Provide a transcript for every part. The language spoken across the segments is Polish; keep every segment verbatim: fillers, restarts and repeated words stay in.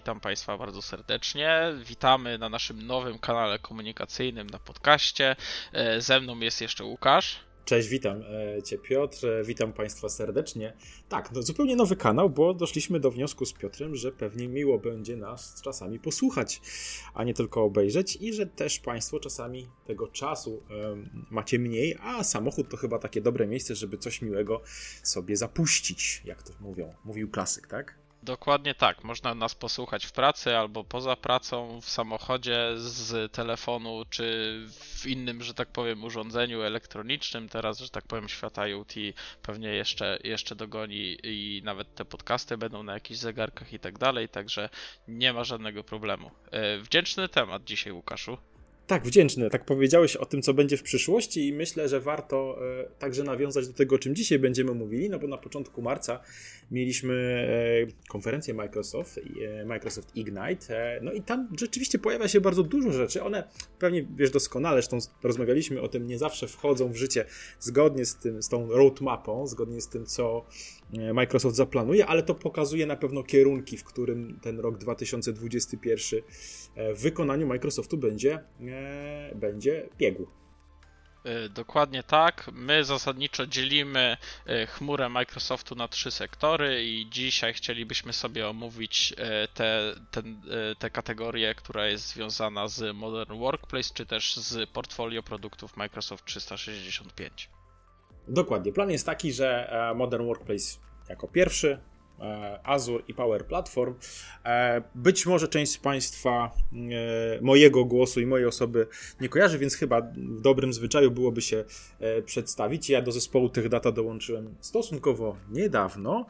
witam Państwa bardzo serdecznie. Witamy na naszym nowym kanale komunikacyjnym na podcaście. Ze mną jest jeszcze Łukasz. Cześć, witam Cię Piotr, witam Państwa serdecznie. Tak, no zupełnie nowy kanał, bo doszliśmy do wniosku z Piotrem, że pewnie miło będzie nas czasami posłuchać, a nie tylko obejrzeć i że też Państwo czasami tego czasu um, macie mniej, a samochód to chyba takie dobre miejsce, żeby coś miłego sobie zapuścić, jak to mówią, mówił klasyk, tak? Dokładnie tak. Można nas posłuchać w pracy albo poza pracą, w samochodzie, z telefonu, czy w innym, że tak powiem, urządzeniu elektronicznym. Teraz, że tak powiem, świat IoT pewnie jeszcze, jeszcze dogoni i nawet te podcasty będą na jakichś zegarkach i tak dalej, także nie ma żadnego problemu. Wdzięczny temat dzisiaj, Łukaszu. Tak, wdzięczny. Tak powiedziałeś o tym, co będzie w przyszłości i myślę, że warto e, także nawiązać do tego, o czym dzisiaj będziemy mówili, no bo na początku marca mieliśmy e, konferencję Microsoft, e, Microsoft Ignite, e, no i tam rzeczywiście pojawia się bardzo dużo rzeczy. One pewnie wiesz doskonale, zresztą rozmawialiśmy o tym, nie zawsze wchodzą w życie zgodnie z tym, z tą roadmapą, zgodnie z tym, co Microsoft zaplanuje, ale to pokazuje na pewno kierunki, w którym ten rok dwa tysiące dwudziesty pierwszy w wykonaniu Microsoftu będzie, e, będzie biegł. Dokładnie tak. My zasadniczo dzielimy chmurę Microsoftu na trzy sektory i dzisiaj chcielibyśmy sobie omówić tę te, te, te kategorię, która jest związana z Modern Workplace, czy też z portfolio produktów Microsoft trzysta sześćdziesiąt pięć. Dokładnie. Plan jest taki, że Modern Workplace jako pierwszy, Azure i Power Platform. Być może część z Państwa mojego głosu i mojej osoby nie kojarzy, więc chyba w dobrym zwyczaju byłoby się przedstawić. Ja do zespołu tych data dołączyłem stosunkowo niedawno.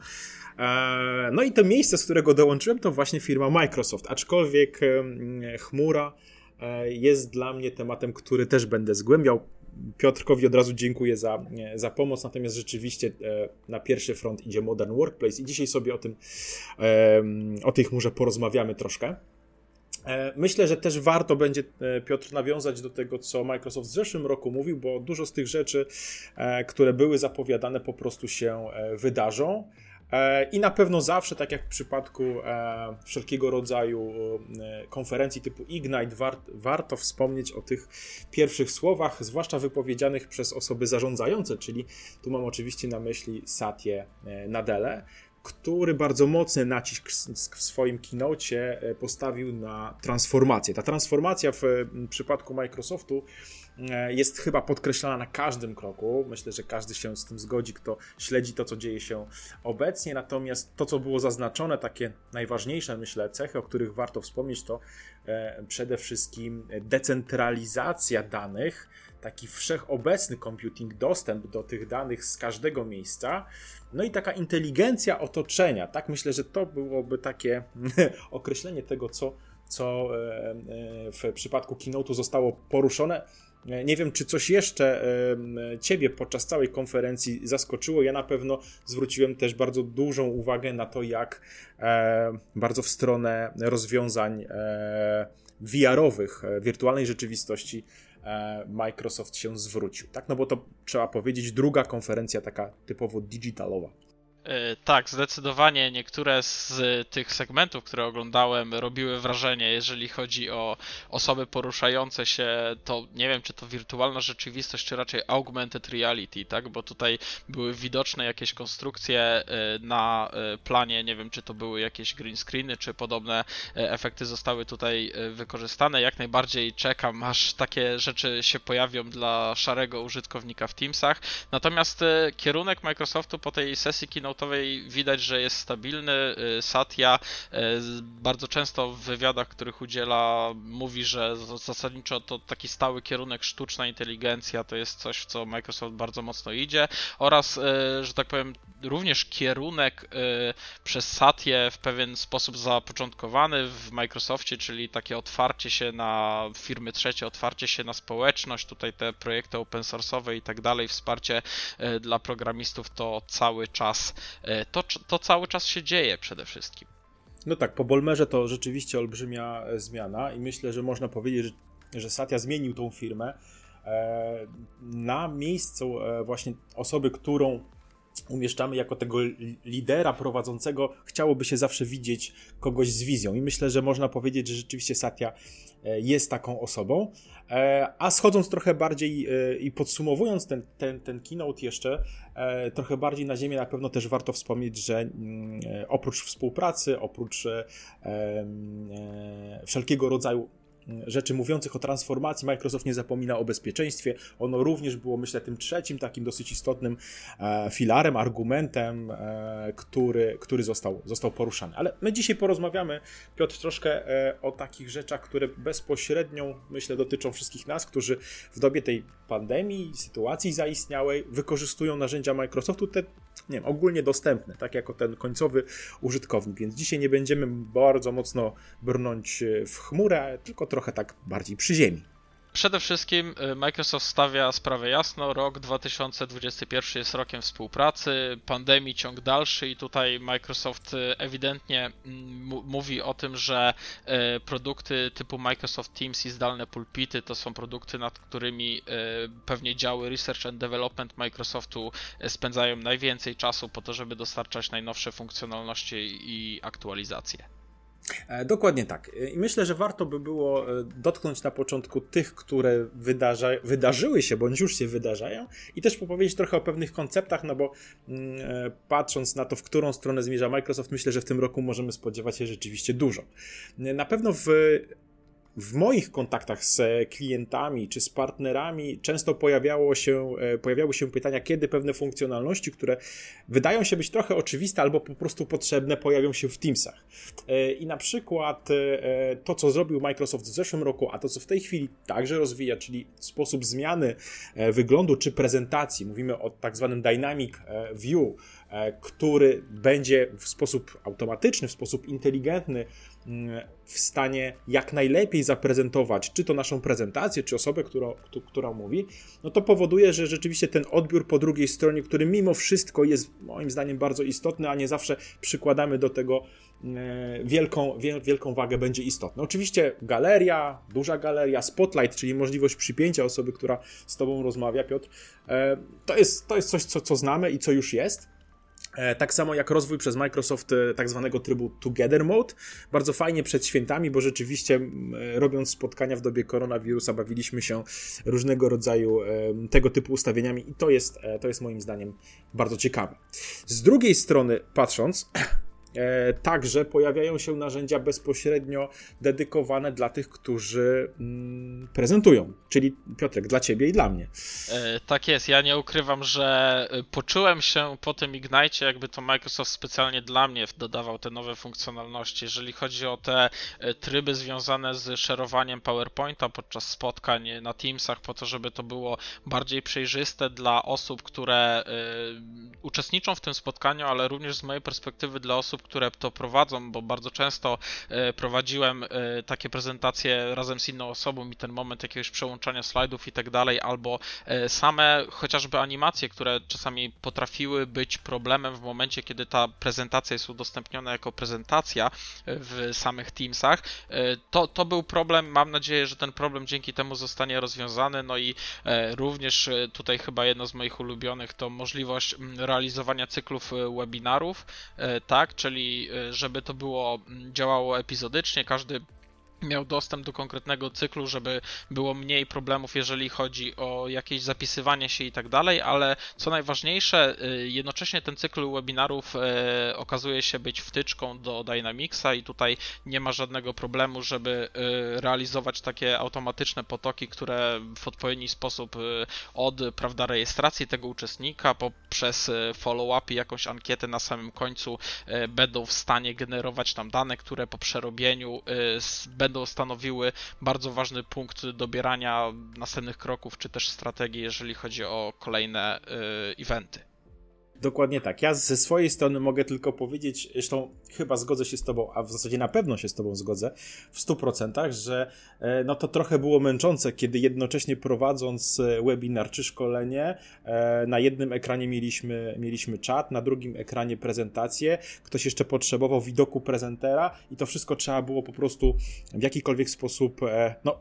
No i to miejsce, z którego dołączyłem, to właśnie firma Microsoft, aczkolwiek chmura jest dla mnie tematem, który też będę zgłębiał. Piotrkowi od razu dziękuję za, za pomoc, natomiast rzeczywiście na pierwszy front idzie Modern Workplace i dzisiaj sobie o tym, o tej chmurze porozmawiamy troszkę. Myślę, że też warto będzie, Piotr, nawiązać do tego, co Microsoft w zeszłym roku mówił, bo dużo z tych rzeczy, które były zapowiadane, po prostu się wydarzą. I na pewno zawsze, tak jak w przypadku e, wszelkiego rodzaju e, konferencji typu Ignite, war, warto wspomnieć o tych pierwszych słowach, zwłaszcza wypowiedzianych przez osoby zarządzające, czyli tu mam oczywiście na myśli Satyę Nadellę, który bardzo mocny nacisk w swoim keynocie postawił na transformację. Ta transformacja w przypadku Microsoftu jest chyba podkreślana na każdym kroku. Myślę, że każdy się z tym zgodzi, kto śledzi to, co dzieje się obecnie. Natomiast to, co było zaznaczone, takie najważniejsze, myślę, cechy, o których warto wspomnieć, to przede wszystkim decentralizacja danych, taki wszechobecny computing, dostęp do tych danych z każdego miejsca, no i taka inteligencja otoczenia. Tak, myślę, że to byłoby takie określenie tego, co, co w przypadku keynote'u zostało poruszone. Nie wiem, czy coś jeszcze Ciebie podczas całej konferencji zaskoczyło. Ja na pewno zwróciłem też bardzo dużą uwagę na to, jak bardzo w stronę rozwiązań V R-owych, wirtualnej rzeczywistości, Microsoft się zwrócił. Tak? No bo to trzeba powiedzieć, druga konferencja taka typowo digitalowa. Tak, zdecydowanie niektóre z tych segmentów, które oglądałem, robiły wrażenie, jeżeli chodzi o osoby poruszające się, to nie wiem, czy to wirtualna rzeczywistość, czy raczej augmented reality, tak, bo tutaj były widoczne jakieś konstrukcje na planie, nie wiem, czy to były jakieś green screeny, czy podobne efekty zostały tutaj wykorzystane. Jak najbardziej czekam, aż takie rzeczy się pojawią dla szarego użytkownika w Teamsach. Natomiast kierunek Microsoftu po tej sesji keynote widać, że jest stabilny. Satya bardzo często w wywiadach, których udziela, mówi, że zasadniczo to taki stały kierunek sztuczna inteligencja to jest coś, w co Microsoft bardzo mocno idzie oraz, że tak powiem, również kierunek przez Satyę w pewien sposób zapoczątkowany w Microsoftie, czyli takie otwarcie się na firmy trzecie, otwarcie się na społeczność, tutaj te projekty open source'owe i tak dalej, wsparcie dla programistów, to cały czas To, to cały czas się dzieje przede wszystkim. No tak, po Ballmerze to rzeczywiście olbrzymia zmiana i myślę, że można powiedzieć, że, że Satya zmienił tą firmę e, na miejscu e, właśnie osoby, którą umieszczamy jako tego lidera prowadzącego, chciałoby się zawsze widzieć kogoś z wizją i myślę, że można powiedzieć, że rzeczywiście Satya jest taką osobą. A schodząc trochę bardziej i podsumowując ten, ten, ten keynote jeszcze, trochę bardziej na ziemię, na pewno też warto wspomnieć, że oprócz współpracy, oprócz wszelkiego rodzaju rzeczy mówiących o transformacji, Microsoft nie zapomina o bezpieczeństwie. Ono również było, myślę, tym trzecim takim dosyć istotnym e, filarem, argumentem, e, który, który został, został poruszany. Ale my dzisiaj porozmawiamy, Piotr, troszkę e, o takich rzeczach, które bezpośrednio, myślę, dotyczą wszystkich nas, którzy w dobie tej pandemii, sytuacji zaistniałej wykorzystują narzędzia Microsoftu, te, nie wiem, ogólnie dostępne, tak jako ten końcowy użytkownik. Więc dzisiaj nie będziemy bardzo mocno brnąć w chmurę, tylko trochę tak bardziej przy ziemi. Przede wszystkim Microsoft stawia sprawę jasno, rok dwa tysiące dwudziesty pierwszy jest rokiem współpracy, pandemii ciąg dalszy i tutaj Microsoft ewidentnie m- mówi o tym, że e, produkty typu Microsoft Teams i zdalne pulpity to są produkty, nad którymi e, pewnie działy Research and Development Microsoftu spędzają najwięcej czasu po to, żeby dostarczać najnowsze funkcjonalności i aktualizacje. Dokładnie tak. I myślę, że warto by było dotknąć na początku tych, które wydarza, wydarzyły się, bądź już się wydarzają i też opowiedzieć trochę o pewnych konceptach, no bo mm, patrząc na to, w którą stronę zmierza Microsoft, myślę, że w tym roku możemy spodziewać się rzeczywiście dużo. Na pewno w W moich kontaktach z klientami czy z partnerami często pojawiało się, pojawiały się pytania, kiedy pewne funkcjonalności, które wydają się być trochę oczywiste albo po prostu potrzebne, pojawią się w Teamsach. I na przykład to, co zrobił Microsoft w zeszłym roku, a to, co w tej chwili także rozwija, czyli sposób zmiany wyglądu czy prezentacji, mówimy o tak zwanym Dynamic View, który będzie w sposób automatyczny, w sposób inteligentny w stanie jak najlepiej zaprezentować, czy to naszą prezentację, czy osobę, która, która mówi, no to powoduje, że rzeczywiście ten odbiór po drugiej stronie, który mimo wszystko jest moim zdaniem bardzo istotny, a nie zawsze przykładamy do tego wielką, wielką wagę, będzie istotny. Oczywiście galeria, duża galeria, spotlight, czyli możliwość przypięcia osoby, która z tobą rozmawia, Piotr, to jest, to jest coś, co, co znamy i co już jest. Tak samo jak rozwój przez Microsoft tak zwanego trybu Together Mode. Bardzo fajnie przed świętami, bo rzeczywiście robiąc spotkania w dobie koronawirusa bawiliśmy się różnego rodzaju tego typu ustawieniami i to jest, to jest moim zdaniem bardzo ciekawe. Z drugiej strony patrząc, także pojawiają się narzędzia bezpośrednio dedykowane dla tych, którzy mm, prezentują. Czyli Piotrek, dla ciebie i dla mnie. E, tak jest, ja nie ukrywam, że poczułem się po tym Ignite, jakby to Microsoft specjalnie dla mnie dodawał te nowe funkcjonalności. Jeżeli chodzi o te tryby związane z szerowaniem PowerPointa podczas spotkań na Teamsach, po to, żeby to było bardziej przejrzyste dla osób, które y, uczestniczą w tym spotkaniu, ale również z mojej perspektywy dla osób, które to prowadzą, bo bardzo często e, prowadziłem e, takie prezentacje razem z inną osobą i ten moment jakiegoś przełączania slajdów i tak dalej, albo e, same chociażby animacje, które czasami potrafiły być problemem w momencie, kiedy ta prezentacja jest udostępniona jako prezentacja w samych Teamsach, e, to, to był problem. Mam nadzieję, że ten problem dzięki temu zostanie rozwiązany, no i e, również e, tutaj chyba jedno z moich ulubionych to możliwość realizowania cyklów webinarów, e, tak, czyli żeby to było, działało epizodycznie, każdy miał dostęp do konkretnego cyklu, żeby było mniej problemów, jeżeli chodzi o jakieś zapisywanie się i tak dalej, ale co najważniejsze, jednocześnie ten cykl webinarów okazuje się być wtyczką do Dynamicsa i tutaj nie ma żadnego problemu, żeby realizować takie automatyczne potoki, które w odpowiedni sposób od, prawda, rejestracji tego uczestnika poprzez follow-up i jakąś ankietę na samym końcu będą w stanie generować tam dane, które po przerobieniu będą będą stanowiły bardzo ważny punkt dobierania następnych kroków, czy też strategii, jeżeli chodzi o kolejne y, eventy. Dokładnie tak. Ja ze swojej strony mogę tylko powiedzieć, zresztą chyba zgodzę się z tobą, a w zasadzie na pewno się z tobą zgodzę w stu procentach, że no to trochę było męczące, kiedy jednocześnie prowadząc webinar czy szkolenie, na jednym ekranie mieliśmy, mieliśmy czat, na drugim ekranie prezentację, ktoś jeszcze potrzebował widoku prezentera i to wszystko trzeba było po prostu w jakikolwiek sposób no,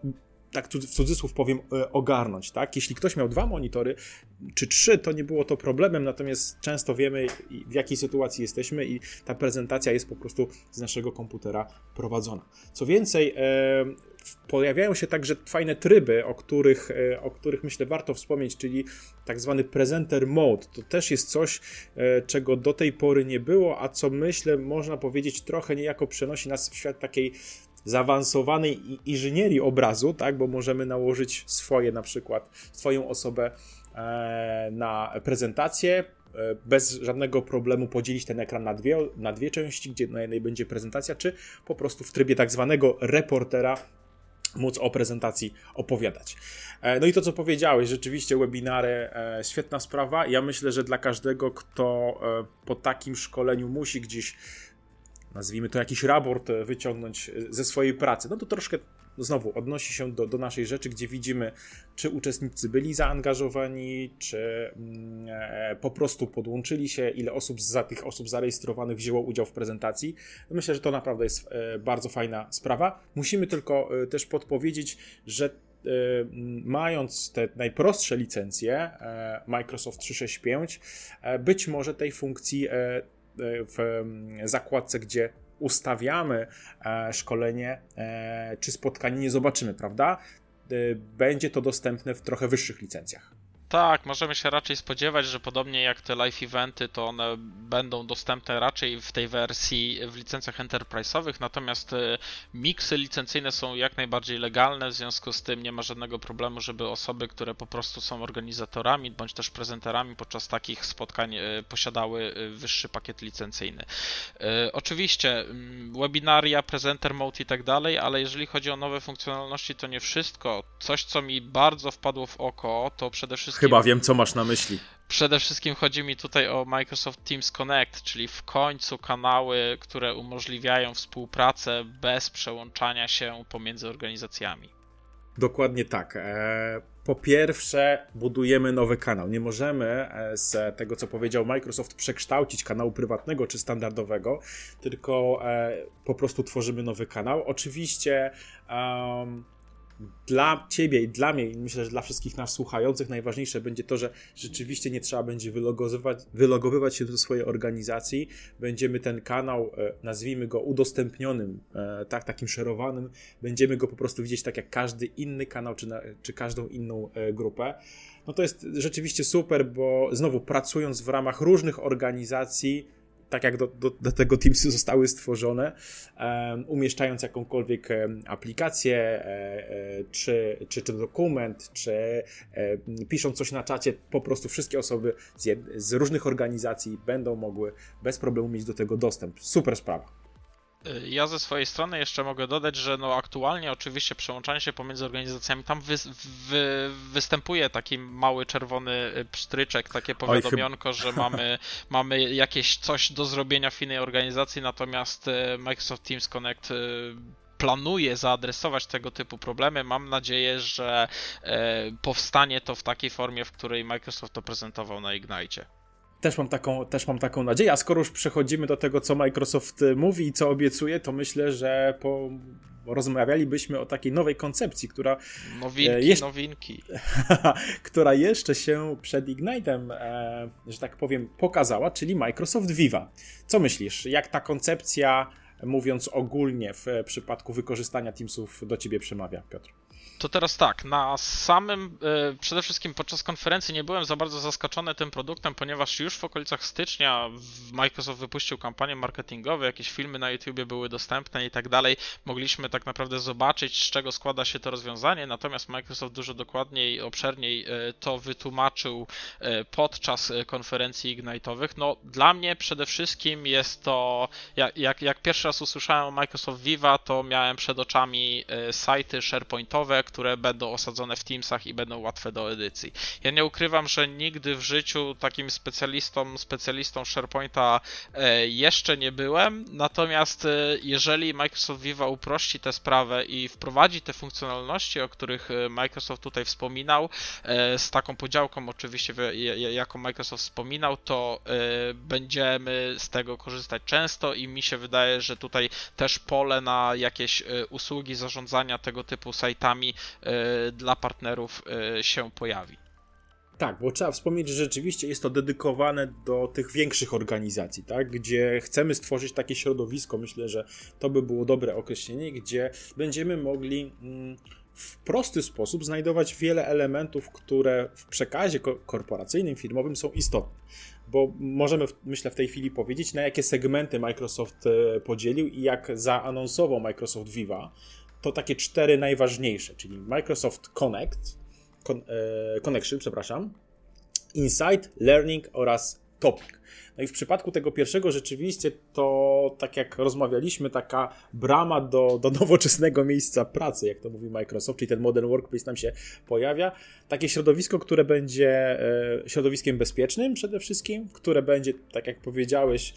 tak w cudzysłów powiem, ogarnąć, tak? Jeśli ktoś miał dwa monitory czy trzy, to nie było to problemem, natomiast często wiemy, w jakiej sytuacji jesteśmy i ta prezentacja jest po prostu z naszego komputera prowadzona. Co więcej, pojawiają się także fajne tryby, o których, o których myślę warto wspomnieć, czyli tak zwany presenter mode. To też jest coś, czego do tej pory nie było, a co myślę, można powiedzieć, trochę niejako przenosi nas w świat takiej zaawansowanej inżynierii obrazu, tak, bo możemy nałożyć swoje, na przykład swoją osobę e, na prezentację, e, bez żadnego problemu podzielić ten ekran na dwie, na dwie części, gdzie na jednej będzie prezentacja, czy po prostu w trybie tak zwanego reportera móc o prezentacji opowiadać. E, no i to, co powiedziałeś, rzeczywiście webinary, e, świetna sprawa. Ja myślę, że dla każdego, kto e, po takim szkoleniu musi gdzieś, nazwijmy to, jakiś raport wyciągnąć ze swojej pracy, no to troszkę znowu odnosi się do, do naszej rzeczy, gdzie widzimy, czy uczestnicy byli zaangażowani, czy e, po prostu podłączyli się, ile osób za tych osób zarejestrowanych wzięło udział w prezentacji. Myślę, że to naprawdę jest e, bardzo fajna sprawa. Musimy tylko e, też podpowiedzieć, że e, mając te najprostsze licencje e, Microsoft trzysta sześćdziesiąt pięć, e, być może tej funkcji e, w zakładce, gdzie ustawiamy szkolenie czy spotkanie, nie zobaczymy, prawda? Będzie to dostępne w trochę wyższych licencjach. Tak, możemy się raczej spodziewać, że podobnie jak te live eventy, to one będą dostępne raczej w tej wersji w licencjach enterprise'owych, natomiast miksy licencyjne są jak najbardziej legalne, w związku z tym nie ma żadnego problemu, żeby osoby, które po prostu są organizatorami bądź też prezenterami podczas takich spotkań posiadały wyższy pakiet licencyjny. Oczywiście webinaria, presenter mode i tak dalej, ale jeżeli chodzi o nowe funkcjonalności, to nie wszystko. Coś, co mi bardzo wpadło w oko, to przede wszystkim Chyba wiem, co masz na myśli. Przede wszystkim chodzi mi tutaj o Microsoft Teams Connect, czyli w końcu kanały, które umożliwiają współpracę bez przełączania się pomiędzy organizacjami. Dokładnie tak. Po pierwsze, budujemy nowy kanał. Nie możemy z tego, co powiedział Microsoft, przekształcić kanału prywatnego czy standardowego, tylko po prostu tworzymy nowy kanał. Oczywiście um, dla Ciebie i dla mnie, i myślę, że dla wszystkich nas słuchających, najważniejsze będzie to, że rzeczywiście nie trzeba będzie wylogowywać, wylogowywać się do swojej organizacji. Będziemy ten kanał, nazwijmy go udostępnionym, tak, takim szerowanym, będziemy go po prostu widzieć tak jak każdy inny kanał, czy, na, czy każdą inną grupę. No to jest rzeczywiście super, bo znowu pracując w ramach różnych organizacji, tak jak do, do, do tego Teamsy zostały stworzone, um, umieszczając jakąkolwiek um, aplikację, e, e, czy, czy, czy dokument, czy e, pisząc coś na czacie, po prostu wszystkie osoby z, jed, z różnych organizacji będą mogły bez problemu mieć do tego dostęp. Super sprawa. Ja ze swojej strony jeszcze mogę dodać, że no aktualnie oczywiście przełączanie się pomiędzy organizacjami, tam wy, wy, występuje taki mały czerwony pstryczek, takie powiadomionko, Oj, że mamy, mamy jakieś coś do zrobienia w innej organizacji, natomiast Microsoft Teams Connect planuje zaadresować tego typu problemy. Mam nadzieję, że powstanie to w takiej formie, w której Microsoft to prezentował na Ignite. Też mam, taką, też mam taką nadzieję, a skoro już przechodzimy do tego, co Microsoft mówi i co obiecuje, to myślę, że po... rozmawialibyśmy o takiej nowej koncepcji, która... Nowinki, jeszcze... nowinki. która jeszcze się przed Ignite'em, e, że tak powiem, pokazała, czyli Microsoft Viva. Co myślisz? Jak ta koncepcja, mówiąc ogólnie, w przypadku wykorzystania Teamsów do Ciebie przemawia, Piotr? To teraz tak, na samym, e, przede wszystkim podczas konferencji nie byłem za bardzo zaskoczony tym produktem, ponieważ już w okolicach stycznia Microsoft wypuścił kampanię marketingową, jakieś filmy na YouTubie były dostępne i tak dalej. Mogliśmy tak naprawdę zobaczyć, z czego składa się to rozwiązanie, natomiast Microsoft dużo dokładniej, obszerniej e, to wytłumaczył e, podczas konferencji Ignite'owych. No, dla mnie przede wszystkim jest to, jak, jak, jak pierwszy raz usłyszałem o Microsoft Viva, to miałem przed oczami e, sajty SharePointowe, które będą osadzone w Teamsach i będą łatwe do edycji. Ja nie ukrywam, że nigdy w życiu takim specjalistą, specjalistą SharePointa e, jeszcze nie byłem, natomiast e, jeżeli Microsoft Viva uprości tę sprawę i wprowadzi te funkcjonalności, o których Microsoft tutaj wspominał, e, z taką podziałką oczywiście, jaką Microsoft wspominał, to e, będziemy z tego korzystać często i mi się wydaje, że tutaj też pole na jakieś e, usługi zarządzania tego typu sajtami dla partnerów się pojawi. Tak, bo trzeba wspomnieć, że rzeczywiście jest to dedykowane do tych większych organizacji, tak? Gdzie chcemy stworzyć takie środowisko, myślę, że to by było dobre określenie, gdzie będziemy mogli w prosty sposób znajdować wiele elementów, które w przekazie korporacyjnym, firmowym są istotne. Bo możemy, myślę, w tej chwili powiedzieć, na jakie segmenty Microsoft podzielił i jak zaanonsował Microsoft Viva, to takie cztery najważniejsze, czyli Microsoft Connect, Con- e, Connection, przepraszam, Insight, Learning oraz Topic. No i w przypadku tego pierwszego rzeczywiście to, tak jak rozmawialiśmy, taka brama do, do nowoczesnego miejsca pracy, jak to mówi Microsoft, czyli ten Modern Workplace nam się pojawia. Takie środowisko, które będzie e, środowiskiem bezpiecznym przede wszystkim, które będzie, tak jak powiedziałeś,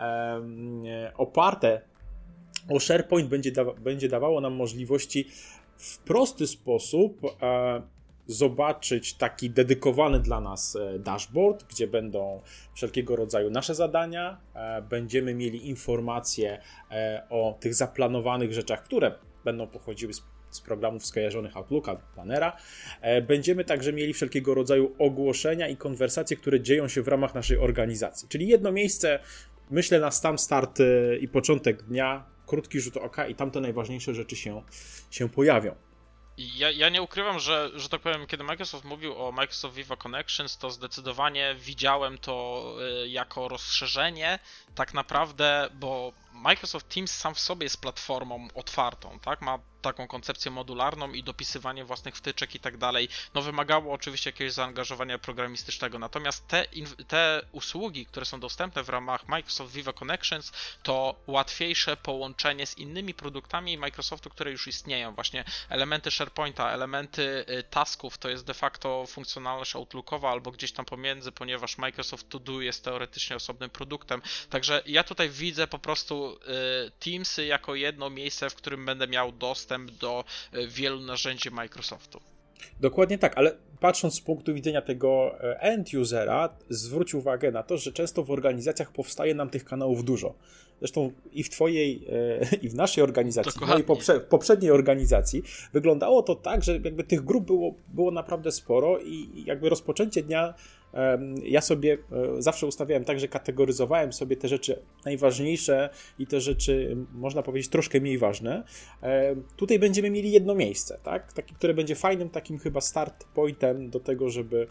e, oparte o SharePoint, będzie, da- będzie dawało nam możliwości w prosty sposób e, zobaczyć taki dedykowany dla nas dashboard, gdzie będą wszelkiego rodzaju nasze zadania, będziemy mieli informacje o tych zaplanowanych rzeczach, które będą pochodziły z, z programów skojarzonych Outlooka, Plannera. Będziemy także mieli wszelkiego rodzaju ogłoszenia i konwersacje, które dzieją się w ramach naszej organizacji. Czyli jedno miejsce, myślę, na sam start i początek dnia, krótki rzut oka i tam te najważniejsze rzeczy się, się pojawią. Ja, ja nie ukrywam, że, że tak powiem, kiedy Microsoft mówił o Microsoft Viva Connections, to zdecydowanie widziałem to y, jako rozszerzenie tak naprawdę, bo Microsoft Teams sam w sobie jest platformą otwartą, tak? Ma taką koncepcję modularną i dopisywanie własnych wtyczek i tak dalej. No wymagało oczywiście jakiegoś zaangażowania programistycznego, natomiast te, te usługi, które są dostępne w ramach Microsoft Viva Connections, to łatwiejsze połączenie z innymi produktami Microsoftu, które już istnieją. Właśnie elementy SharePointa, elementy tasków to jest de facto funkcjonalność Outlookowa albo gdzieś tam pomiędzy, ponieważ Microsoft To Do jest teoretycznie osobnym produktem. Także ja tutaj widzę po prostu Teamsy jako jedno miejsce, w którym będę miał dostęp do wielu narzędzi Microsoftu. Dokładnie tak, ale patrząc z punktu widzenia tego end-usera, zwróć uwagę na to, że często w organizacjach powstaje nam tych kanałów dużo. Zresztą i w twojej, i w naszej organizacji, w mojej poprze- poprzedniej organizacji wyglądało to tak, że jakby tych grup było, było naprawdę sporo i jakby rozpoczęcie dnia ja sobie zawsze ustawiałem tak, że kategoryzowałem sobie te rzeczy najważniejsze i te rzeczy, można powiedzieć, troszkę mniej ważne. Tutaj będziemy mieli jedno miejsce, tak? Takie, które będzie fajnym takim chyba start pointem do tego, żeby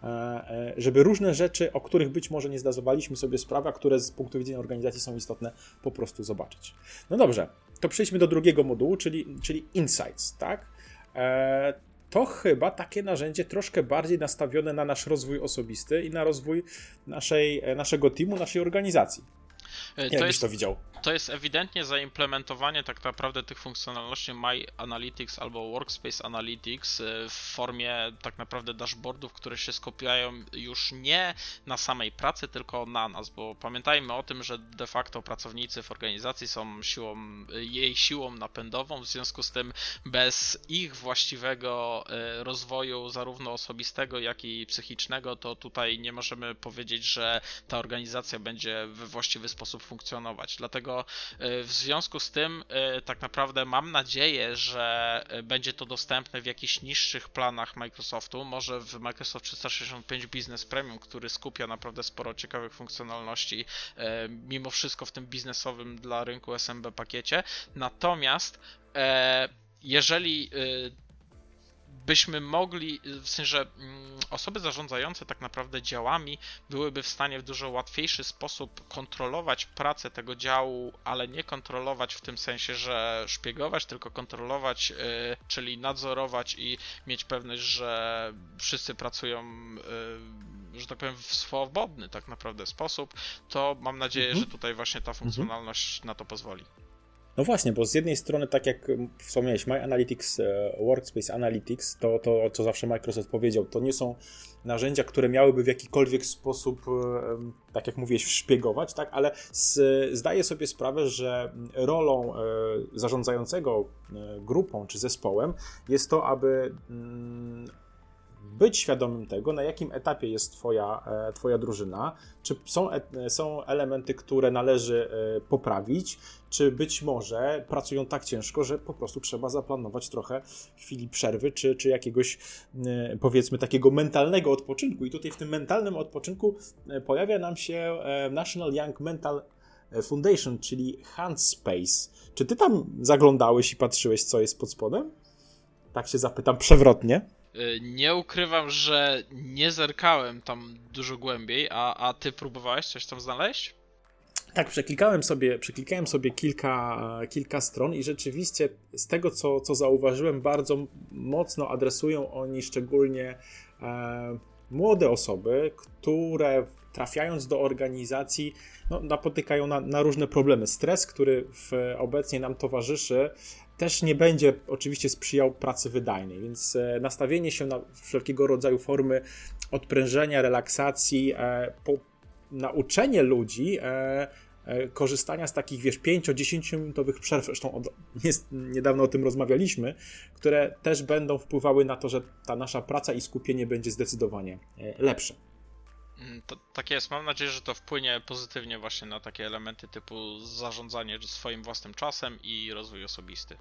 żeby różne rzeczy, o których być może nie zdawaliśmy sobie sprawy, a które z punktu widzenia organizacji są istotne, po prostu zobaczyć. No dobrze, to przejdźmy do drugiego modułu, czyli, czyli Insights, tak? To chyba takie narzędzie troszkę bardziej nastawione na nasz rozwój osobisty i na rozwój naszej, naszego teamu, naszej organizacji. Jak to byś jest, to widział? To jest ewidentnie zaimplementowanie tak naprawdę tych funkcjonalności My Analytics albo Workspace Analytics w formie tak naprawdę dashboardów, które się skupiają już nie na samej pracy, tylko na nas, bo pamiętajmy o tym, że de facto pracownicy w organizacji są siłą, jej siłą napędową, w związku z tym bez ich właściwego rozwoju zarówno osobistego, jak i psychicznego, to tutaj nie możemy powiedzieć, że ta organizacja będzie we właściwy sposób funkcjonować. Dlatego w związku z tym tak naprawdę mam nadzieję, że będzie to dostępne w jakichś niższych planach Microsoftu, może w Microsoft trzysta sześćdziesiąt pięć Business Premium, który skupia naprawdę sporo ciekawych funkcjonalności, mimo wszystko w tym biznesowym dla rynku S M B pakiecie. Natomiast jeżeli byśmy mogli, w sensie, że osoby zarządzające tak naprawdę działami byłyby w stanie w dużo łatwiejszy sposób kontrolować pracę tego działu, ale nie kontrolować w tym sensie, że szpiegować, tylko kontrolować, czyli nadzorować i mieć pewność, że wszyscy pracują, że tak powiem, w swobodny tak naprawdę sposób, to mam nadzieję, mhm. że tutaj właśnie ta funkcjonalność mhm. na to pozwoli. No właśnie, bo z jednej strony, tak jak wspomniałeś, My Analytics, Workspace Analytics, to, to co zawsze Microsoft powiedział, to nie są narzędzia, które miałyby w jakikolwiek sposób, tak jak mówiłeś, szpiegować, tak? Ale z, zdaję sobie sprawę, że rolą zarządzającego grupą czy zespołem jest to, aby być świadomym tego, na jakim etapie jest twoja, twoja drużyna, czy są, są elementy, które należy poprawić, czy być może pracują tak ciężko, że po prostu trzeba zaplanować trochę chwili przerwy, czy, czy jakiegoś, powiedzmy, takiego mentalnego odpoczynku. I tutaj w tym mentalnym odpoczynku pojawia nam się National Young Mental Foundation, czyli Handspace. Czy ty tam zaglądałeś i patrzyłeś, co jest pod spodem? Tak się zapytam przewrotnie. Nie ukrywam, że nie zerkałem tam dużo głębiej, a, a ty próbowałeś coś tam znaleźć? Tak, przeklikałem sobie, przeklikałem sobie kilka, kilka stron i rzeczywiście z tego, co, co zauważyłem, bardzo mocno adresują oni szczególnie e, młode osoby, które trafiając do organizacji no, napotykają na, na różne problemy. Stres, który w, obecnie nam towarzyszy, też nie będzie oczywiście sprzyjał pracy wydajnej, więc e, nastawienie się na wszelkiego rodzaju formy odprężenia, relaksacji, e, po, nauczenie ludzi e, e, korzystania z takich, wiesz, pięcio-dziesięciominutowych przerw, zresztą od, jest, niedawno o tym rozmawialiśmy, które też będą wpływały na to, że ta nasza praca i skupienie będzie zdecydowanie e, lepsze. To, tak jest, mam nadzieję, że to wpłynie pozytywnie właśnie na takie elementy typu zarządzanie swoim własnym czasem i rozwój osobisty.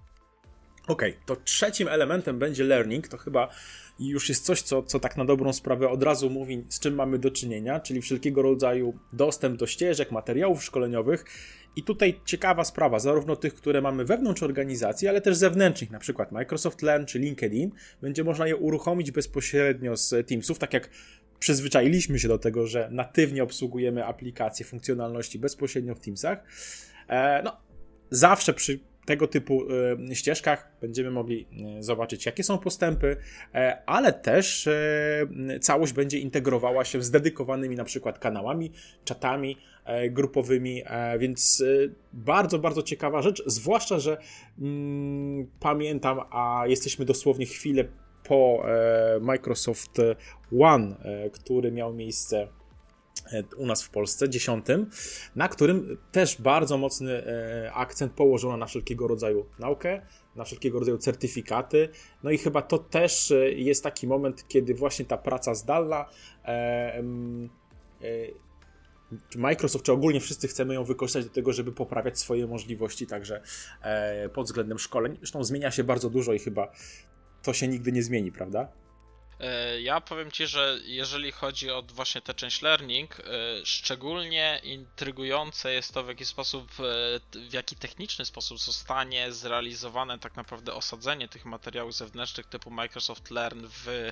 Okej, okay, to trzecim elementem będzie learning, to chyba już jest coś, co, co tak na dobrą sprawę od razu mówi, z czym mamy do czynienia, czyli wszelkiego rodzaju dostęp do ścieżek, materiałów szkoleniowych. I tutaj ciekawa sprawa, zarówno tych, które mamy wewnątrz organizacji, ale też zewnętrznych, na przykład Microsoft Learn czy LinkedIn, będzie można je uruchomić bezpośrednio z Teamsów, tak jak przyzwyczailiśmy się do tego, że natywnie obsługujemy aplikacje, funkcjonalności bezpośrednio w Teamsach. No, zawsze przy tego typu ścieżkach będziemy mogli zobaczyć, jakie są postępy, ale też całość będzie integrowała się z dedykowanymi na przykład kanałami, czatami grupowymi, więc bardzo, bardzo ciekawa rzecz, zwłaszcza, że mm, pamiętam, a jesteśmy dosłownie chwilę po Microsoft One, który miał miejsce u nas w Polsce, dziesiątym, na którym też bardzo mocny akcent położono na wszelkiego rodzaju naukę, na wszelkiego rodzaju certyfikaty, no i chyba to też jest taki moment, kiedy właśnie ta praca zdalna, czy Microsoft, czy ogólnie wszyscy chcemy ją wykorzystać do tego, żeby poprawiać swoje możliwości także pod względem szkoleń. Zresztą zmienia się bardzo dużo i chyba to się nigdy nie zmieni, prawda? Ja powiem Ci, że jeżeli chodzi o właśnie tę część learning, szczególnie intrygujące jest to, w jaki sposób, w jaki techniczny sposób zostanie zrealizowane tak naprawdę osadzenie tych materiałów zewnętrznych typu Microsoft Learn w,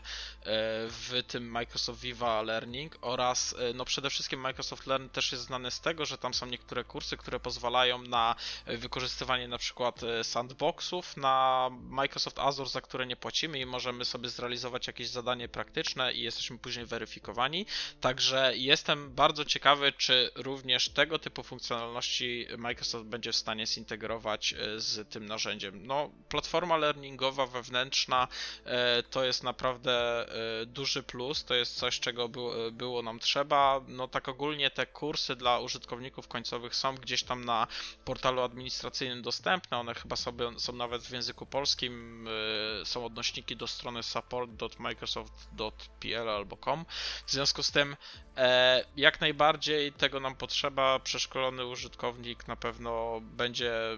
w tym Microsoft Viva Learning oraz no przede wszystkim Microsoft Learn też jest znany z tego, że tam są niektóre kursy, które pozwalają na wykorzystywanie na przykład sandboxów na Microsoft Azure, za które nie płacimy i możemy sobie zrealizować jakieś zadanie praktyczne i jesteśmy później weryfikowani. Także jestem bardzo ciekawy, czy również tego typu funkcjonalności Microsoft będzie w stanie zintegrować z tym narzędziem. No, platforma learningowa wewnętrzna to jest naprawdę duży plus, to jest coś, czego było, było nam trzeba. No tak ogólnie te kursy dla użytkowników końcowych są gdzieś tam na portalu administracyjnym dostępne, one chyba sobie są nawet w języku polskim, są odnośniki do strony support dot microsoft dot p l albo com. W związku z tym e, jak najbardziej tego nam potrzeba. Przeszkolony użytkownik na pewno będzie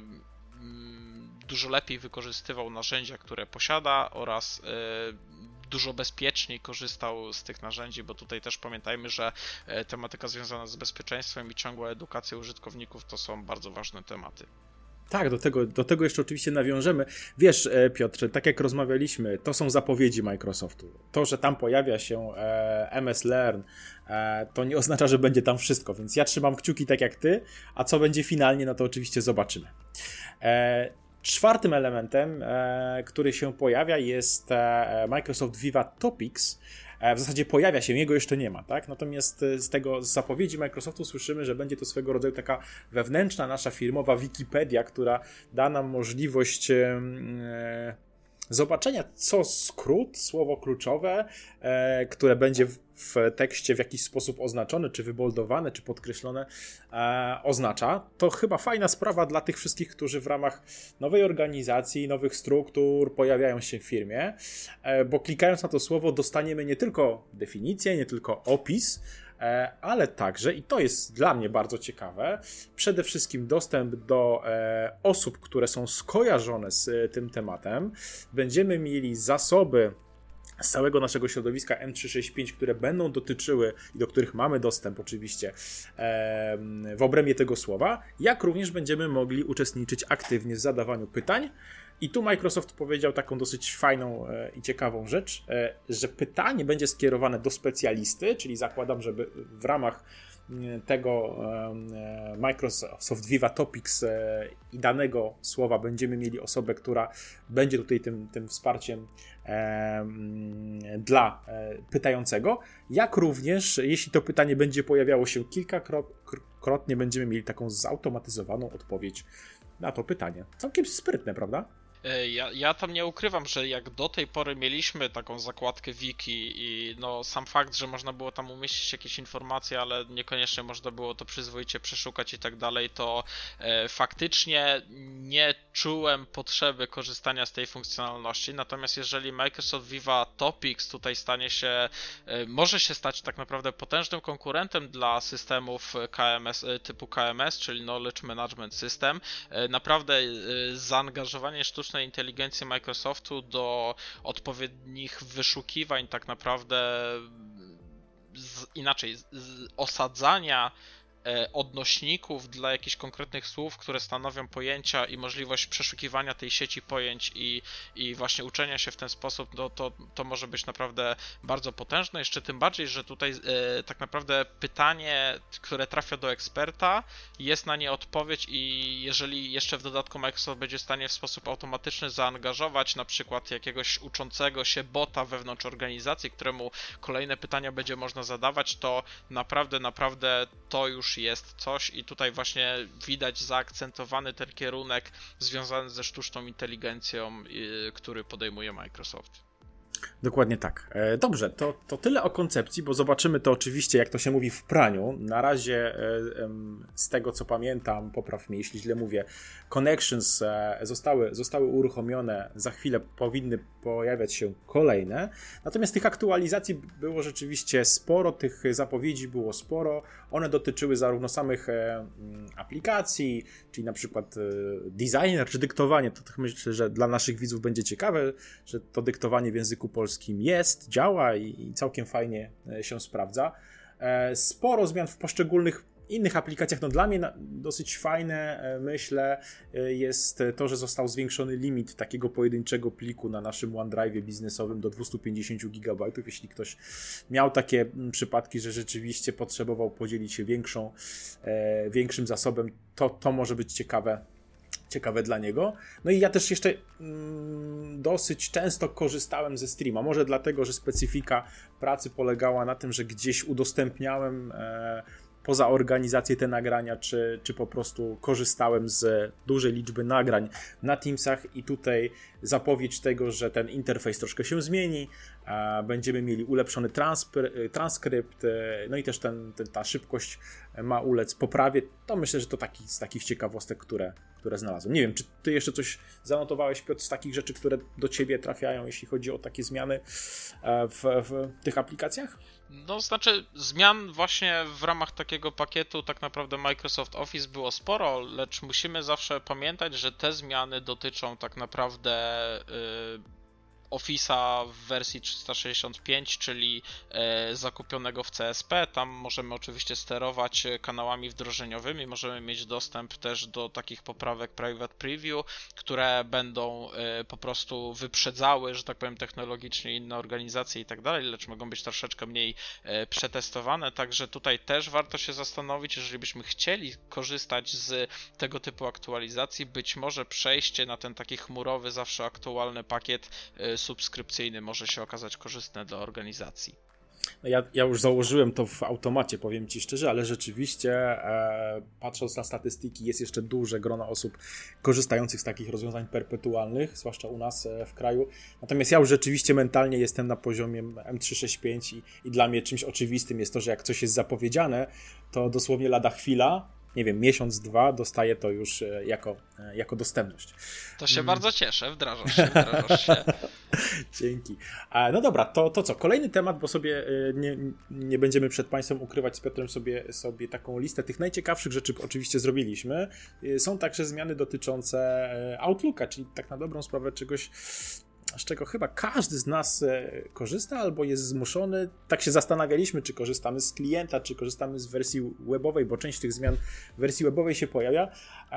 mm, dużo lepiej wykorzystywał narzędzia, które posiada oraz e, dużo bezpieczniej korzystał z tych narzędzi, bo tutaj też pamiętajmy, że tematyka związana z bezpieczeństwem i ciągła edukacja użytkowników to są bardzo ważne tematy. Tak, do tego, do tego jeszcze oczywiście nawiążemy. Wiesz, Piotrze, tak jak rozmawialiśmy, to są zapowiedzi Microsoftu. To, że tam pojawia się e, M S Learn, e, to nie oznacza, że będzie tam wszystko, więc ja trzymam kciuki tak jak ty, a co będzie finalnie, no to oczywiście zobaczymy. E, czwartym elementem, e, który się pojawia, jest e, Microsoft Viva Topics. W zasadzie pojawia się, jego jeszcze nie ma, tak? Natomiast z tego z zapowiedzi Microsoftu słyszymy, że będzie to swego rodzaju taka wewnętrzna nasza firmowa Wikipedia, która da nam możliwość e, zobaczenia, co skrót, słowo kluczowe, e, które będzie w, w tekście w jakiś sposób oznaczone, czy wyboldowane, czy podkreślone, e, oznacza. To chyba fajna sprawa dla tych wszystkich, którzy w ramach nowej organizacji, nowych struktur pojawiają się w firmie, e, bo klikając na to słowo dostaniemy nie tylko definicję, nie tylko opis, ale także, i to jest dla mnie bardzo ciekawe, przede wszystkim dostęp do e, osób, które są skojarzone z tym tematem. Będziemy mieli zasoby z całego naszego środowiska M trzysta sześćdziesiąt pięć, które będą dotyczyły i do których mamy dostęp oczywiście e, w obrębie tego słowa, jak również będziemy mogli uczestniczyć aktywnie w zadawaniu pytań. I tu Microsoft powiedział taką dosyć fajną e, i ciekawą rzecz, e, że pytanie będzie skierowane do specjalisty, czyli zakładam, że w ramach tego e, Microsoft Viva Topics e, i danego słowa będziemy mieli osobę, która będzie tutaj tym, tym wsparciem e, dla e, pytającego, jak również, jeśli to pytanie będzie pojawiało się kilkakrotnie, będziemy mieli taką zautomatyzowaną odpowiedź na to pytanie. Całkiem sprytne, prawda? Ja, ja tam nie ukrywam, że jak do tej pory mieliśmy taką zakładkę wiki i no sam fakt, że można było tam umieścić jakieś informacje, ale niekoniecznie można było to przyzwoicie przeszukać i tak dalej, to e, faktycznie nie czułem potrzeby korzystania z tej funkcjonalności. Natomiast jeżeli Microsoft Viva Topics tutaj stanie się, e, może się stać tak naprawdę potężnym konkurentem dla systemów K M S, typu K M S, czyli Knowledge Management System, e, naprawdę e, zaangażowanie sztucznej inteligencji Microsoftu do odpowiednich wyszukiwań, tak naprawdę z, inaczej, z osadzania e, odnośników dla jakichś konkretnych słów, które stanowią pojęcia i możliwość przeszukiwania tej sieci pojęć i, i właśnie uczenia się w ten sposób, no to, to może być naprawdę bardzo potężne, jeszcze tym bardziej, że tutaj e, tak naprawdę pytanie, które trafia do eksperta, jest na nie odpowiedź i jeżeli jeszcze w dodatku Microsoft będzie w stanie w sposób automatyczny zaangażować na przykład jakiegoś uczącego się bota wewnątrz organizacji, któremu kolejne pytania będzie można zadawać, to naprawdę, naprawdę to już jest coś i tutaj właśnie widać zaakcentowany ten kierunek związany ze sztuczną inteligencją, który podejmuje Microsoft. Dokładnie tak. Dobrze, to, to tyle o koncepcji, bo zobaczymy to oczywiście, jak to się mówi, w praniu. Na razie z tego, co pamiętam, popraw mnie, jeśli źle mówię, connections zostały, zostały uruchomione, za chwilę powinny pojawiać się kolejne. Natomiast tych aktualizacji było rzeczywiście sporo, tych zapowiedzi było sporo. One dotyczyły zarówno samych aplikacji, czyli na przykład designer czy dyktowanie. To myślę, że dla naszych widzów będzie ciekawe, że to dyktowanie w języku polskim jest, działa i, i całkiem fajnie się sprawdza. Sporo zmian w poszczególnych innych aplikacjach. No dla mnie na, dosyć fajne, myślę, jest to, że został zwiększony limit takiego pojedynczego pliku na naszym OneDrive'ie biznesowym do dwieście pięćdziesiąt gigabajtów. Jeśli ktoś miał takie przypadki, że rzeczywiście potrzebował podzielić się większą, e, większym zasobem, to, to może być ciekawe. Ciekawe dla niego. No i ja też jeszcze mm, dosyć często korzystałem ze streama. Może dlatego, że specyfika pracy polegała na tym, że gdzieś udostępniałem e, poza organizację te nagrania, czy, czy po prostu korzystałem z dużej liczby nagrań na Teamsach i tutaj zapowiedź tego, że ten interfejs troszkę się zmieni, a będziemy mieli ulepszony transpry, transkrypt, no i też ten, ten, ta szybkość ma ulec poprawie. To myślę, że to taki z takich ciekawostek, które, które znalazłem. Nie wiem, czy ty jeszcze coś zanotowałeś, Piotr, z takich rzeczy, które do ciebie trafiają, jeśli chodzi o takie zmiany w, w tych aplikacjach? No, znaczy zmian właśnie w ramach takiego pakietu tak naprawdę Microsoft Office było sporo, lecz musimy zawsze pamiętać, że te zmiany dotyczą tak naprawdę yy, Office'a w wersji trzysta sześćdziesiąt pięć, czyli e, zakupionego w C S P. Tam możemy oczywiście sterować kanałami wdrożeniowymi, możemy mieć dostęp też do takich poprawek Private Preview, które będą e, po prostu wyprzedzały, że tak powiem, technologicznie inne organizacje i tak dalej, lecz mogą być troszeczkę mniej e, przetestowane, także tutaj też warto się zastanowić, jeżeli byśmy chcieli korzystać z tego typu aktualizacji, być może przejście na ten taki chmurowy, zawsze aktualny pakiet e, subskrypcyjny może się okazać korzystne dla organizacji. Ja, ja już założyłem to w automacie, powiem ci szczerze, ale rzeczywiście e, patrząc na statystyki jest jeszcze duże grono osób korzystających z takich rozwiązań perpetualnych, zwłaszcza u nas e, w kraju. Natomiast ja już rzeczywiście mentalnie jestem na poziomie M trzysta sześćdziesiąt pięć i, i dla mnie czymś oczywistym jest to, że jak coś jest zapowiedziane, to dosłownie lada chwila, nie wiem, miesiąc, dwa dostaję to już e, jako, e, jako dostępność. To się hmm. bardzo cieszę, wdrażasz się, wdrażasz się. Dzięki. No dobra, to, to co? Kolejny temat, bo sobie nie, nie będziemy przed Państwem ukrywać z Piotrem sobie, sobie taką listę tych najciekawszych rzeczy oczywiście zrobiliśmy. Są także zmiany dotyczące Outlooka, czyli tak na dobrą sprawę czegoś, z czego chyba każdy z nas korzysta albo jest zmuszony. Tak się zastanawialiśmy, czy korzystamy z klienta, czy korzystamy z wersji webowej, bo część tych zmian w wersji webowej się pojawia.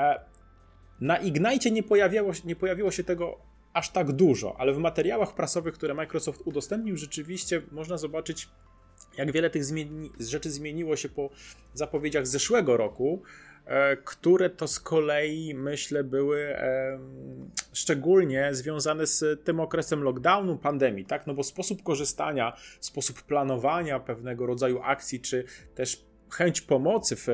Na Ignite nie pojawiało, nie pojawiło się tego aż tak dużo, ale w materiałach prasowych, które Microsoft udostępnił, rzeczywiście można zobaczyć, jak wiele tych zmieni- rzeczy zmieniło się po zapowiedziach z zeszłego roku, e, które to z kolei, myślę, były e, szczególnie związane z tym okresem lockdownu, pandemii, tak? No bo sposób korzystania, sposób planowania pewnego rodzaju akcji, czy też chęć pomocy w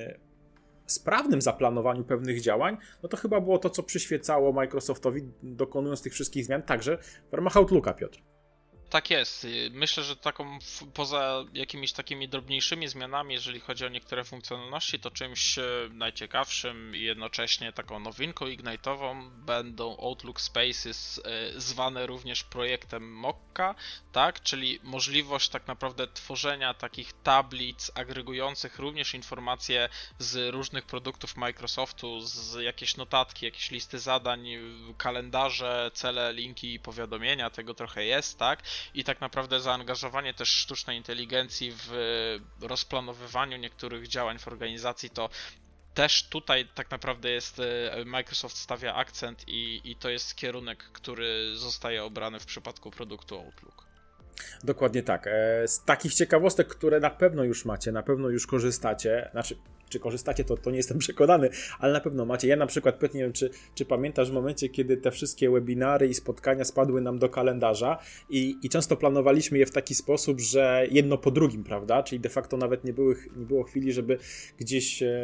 sprawnym zaplanowaniu pewnych działań, no to chyba było to, co przyświecało Microsoftowi, dokonując tych wszystkich zmian, także w ramach Outlooka, Piotr. Tak jest. Myślę, że taką poza jakimiś takimi drobniejszymi zmianami, jeżeli chodzi o niektóre funkcjonalności, to czymś najciekawszym i jednocześnie taką nowinką ignite'ową będą Outlook Spaces, zwane również projektem Mokka, tak? Czyli możliwość tak naprawdę tworzenia takich tablic agregujących również informacje z różnych produktów Microsoftu, z jakieś notatki, jakieś listy zadań, kalendarze, cele, linki i powiadomienia, tego trochę jest, tak? I tak naprawdę zaangażowanie też sztucznej inteligencji w rozplanowywaniu niektórych działań w organizacji, to też tutaj tak naprawdę jest, Microsoft stawia akcent i, i to jest kierunek, który zostaje obrany w przypadku produktu Outlook. Dokładnie tak. Z takich ciekawostek, które na pewno już macie, na pewno już korzystacie, znaczy czy korzystacie, to, to nie jestem przekonany, ale na pewno macie. Ja na przykład, Piotr, nie wiem, czy, czy pamiętasz w momencie, kiedy te wszystkie webinary i spotkania spadły nam do kalendarza i, i często planowaliśmy je w taki sposób, że jedno po drugim, prawda? Czyli de facto nawet nie, były, nie było chwili, żeby gdzieś e,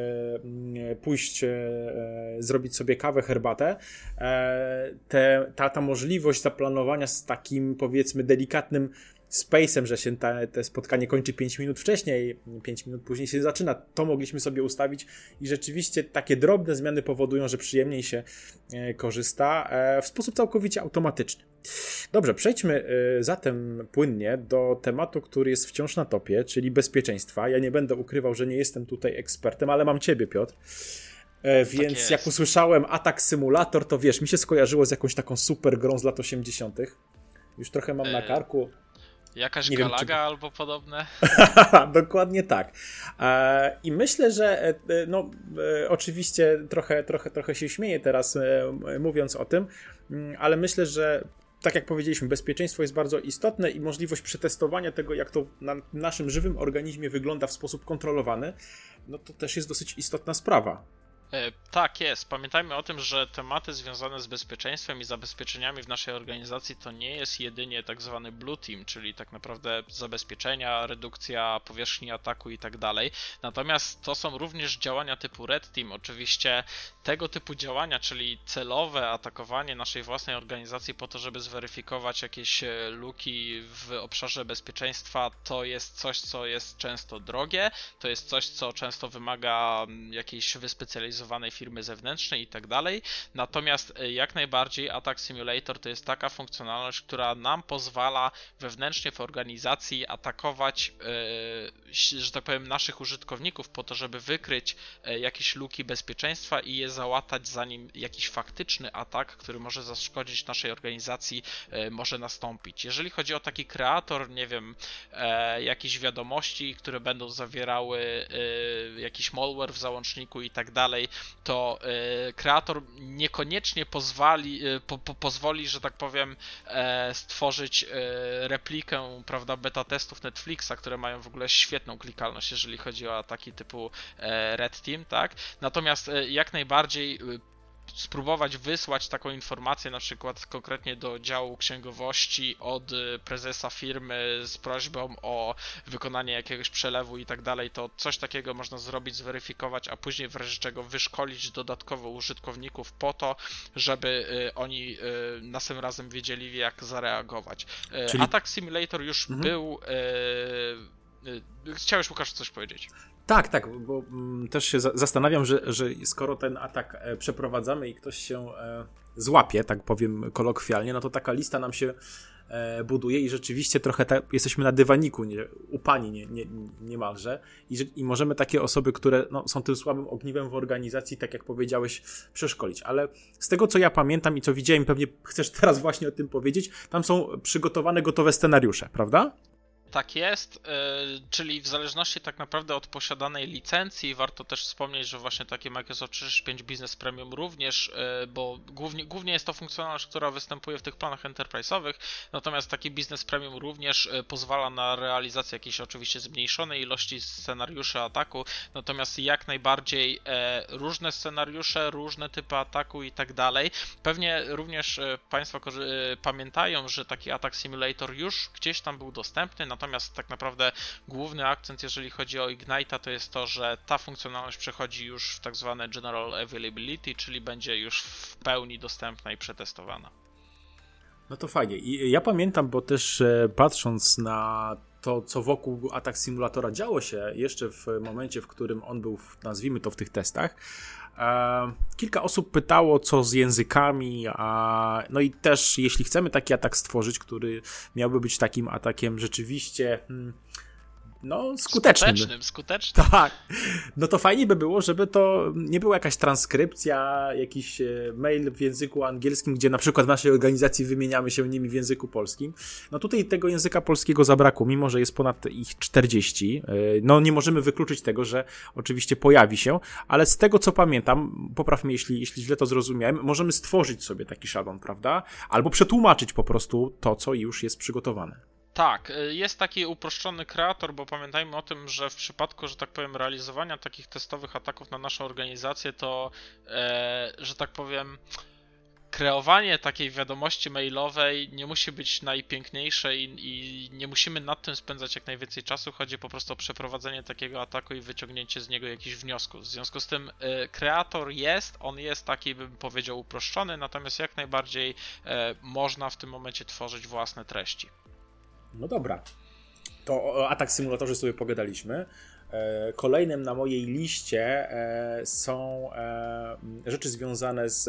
pójść, e, zrobić sobie kawę, herbatę. E, te, ta, ta możliwość zaplanowania z takim, powiedzmy, delikatnym spacem, że się te, te spotkanie kończy pięć minut wcześniej, pięć minut później się zaczyna. To mogliśmy sobie ustawić i rzeczywiście takie drobne zmiany powodują, że przyjemniej się e, korzysta e, w sposób całkowicie automatyczny. Dobrze, przejdźmy e, zatem płynnie do tematu, który jest wciąż na topie, czyli bezpieczeństwa. Ja nie będę ukrywał, że nie jestem tutaj ekspertem, ale mam ciebie, Piotr. E, więc tak jak usłyszałem Attack Simulator, to wiesz, mi się skojarzyło z jakąś taką super grą z lat osiemdziesiątych. Już trochę mam na karku. Jakaś nie Galaga wiem, czy... albo podobne? Dokładnie tak. E, I myślę, że e, no e, oczywiście trochę, trochę, trochę się śmieję teraz e, mówiąc o tym, ale myślę, że tak jak powiedzieliśmy, bezpieczeństwo jest bardzo istotne i możliwość przetestowania tego, jak to na naszym żywym organizmie wygląda w sposób kontrolowany, no to też jest dosyć istotna sprawa. Tak jest. Pamiętajmy o tym, że tematy związane z bezpieczeństwem i zabezpieczeniami w naszej organizacji to nie jest jedynie tak zwany Blue Team, czyli tak naprawdę zabezpieczenia, redukcja powierzchni ataku i tak dalej. Natomiast to są również działania typu Red Team. Oczywiście tego typu działania, czyli celowe atakowanie naszej własnej organizacji po to, żeby zweryfikować jakieś luki w obszarze bezpieczeństwa, to jest coś, co jest często drogie, to jest coś, co często wymaga jakiejś wyspecjalizowanej firmy zewnętrznej i tak dalej. Natomiast jak najbardziej Attack Simulator to jest taka funkcjonalność, która nam pozwala wewnętrznie w organizacji atakować, yy, że tak powiem, naszych użytkowników po to, żeby wykryć jakieś luki bezpieczeństwa i je załatać, zanim jakiś faktyczny atak, który może zaszkodzić naszej organizacji, yy, może nastąpić. Jeżeli chodzi o taki kreator, nie wiem, yy, jakichś wiadomości, które będą zawierały yy, jakiś malware w załączniku i tak dalej, to y, kreator niekoniecznie pozwoli, y, po, po, pozwoli, że tak powiem, e, stworzyć y, replikę, prawda, beta testów Netflixa, które mają w ogóle świetną klikalność, jeżeli chodzi o ataki typu e, Red Team, tak? Natomiast y, jak najbardziej y, spróbować wysłać taką informację na przykład konkretnie do działu księgowości od prezesa firmy z prośbą o wykonanie jakiegoś przelewu i tak dalej, to coś takiego można zrobić, zweryfikować, a później w razie czego wyszkolić dodatkowo użytkowników po to, żeby oni następnym razem wiedzieli, jak zareagować. Czyli... Attack Simulator już mhm. był... Chciałeś, Łukasz, coś powiedzieć? Tak, tak, bo m, też się za- zastanawiam, że, że skoro ten atak e, przeprowadzamy i ktoś się e, złapie, tak powiem kolokwialnie, no to taka lista nam się e, buduje i rzeczywiście trochę ta, jesteśmy na dywaniku, nie, u pani nie, nie, niemalże I, że, i możemy takie osoby, które no, są tym słabym ogniwem w organizacji, tak jak powiedziałeś, przeszkolić. Ale z tego, co ja pamiętam i co widziałem, pewnie chcesz teraz właśnie o tym powiedzieć, tam są przygotowane gotowe scenariusze, prawda? Tak jest, yy, czyli w zależności tak naprawdę od posiadanej licencji, warto też wspomnieć, że właśnie takie Microsoft trzysta sześćdziesiąt pięć Business Premium również, yy, bo głównie, głównie jest to funkcjonalność, która występuje w tych planach enterprise'owych, natomiast taki Business Premium również yy, pozwala na realizację jakiejś oczywiście zmniejszonej ilości scenariuszy ataku, natomiast jak najbardziej yy, różne scenariusze, różne typy ataku i tak dalej. Pewnie również yy, Państwo yy, pamiętają, że taki Attack Simulator już gdzieś tam był dostępny, natomiast tak naprawdę główny akcent, jeżeli chodzi o Ignite'a, to jest to, że ta funkcjonalność przechodzi już w tak zwane General Availability, czyli będzie już w pełni dostępna i przetestowana. No to fajnie. I ja pamiętam, bo też e, patrząc na to, co wokół Attack Simulatora działo się jeszcze w momencie, w którym on był, w, nazwijmy to, w tych testach, e, kilka osób pytało, co z językami, a, no i też jeśli chcemy taki atak stworzyć, który miałby być takim atakiem rzeczywiście... Hmm, no, skutecznym. Skutecznym, skutecznym. Tak. No to fajnie by było, żeby to nie była jakaś transkrypcja, jakiś mail w języku angielskim, gdzie na przykład w naszej organizacji wymieniamy się nimi w języku polskim. No tutaj tego języka polskiego zabrakło, mimo że jest ponad ich czterdzieści. No nie możemy wykluczyć tego, że oczywiście pojawi się, ale z tego co pamiętam, popraw mnie, jeśli, jeśli źle to zrozumiałem, możemy stworzyć sobie taki szablon, prawda? Albo przetłumaczyć po prostu to, co już jest przygotowane. Tak, jest taki uproszczony kreator, bo pamiętajmy o tym, że w przypadku, że tak powiem, realizowania takich testowych ataków na naszą organizację, to, e, że tak powiem, kreowanie takiej wiadomości mailowej nie musi być najpiękniejsze i, i nie musimy nad tym spędzać jak najwięcej czasu. Chodzi po prostu o przeprowadzenie takiego ataku i wyciągnięcie z niego jakichś wniosków. W związku z tym e, kreator jest, on jest taki, bym powiedział, uproszczony, natomiast jak najbardziej e, można w tym momencie tworzyć własne treści. No dobra, to o Attack Simulatorze sobie pogadaliśmy. Kolejnym na mojej liście są rzeczy związane z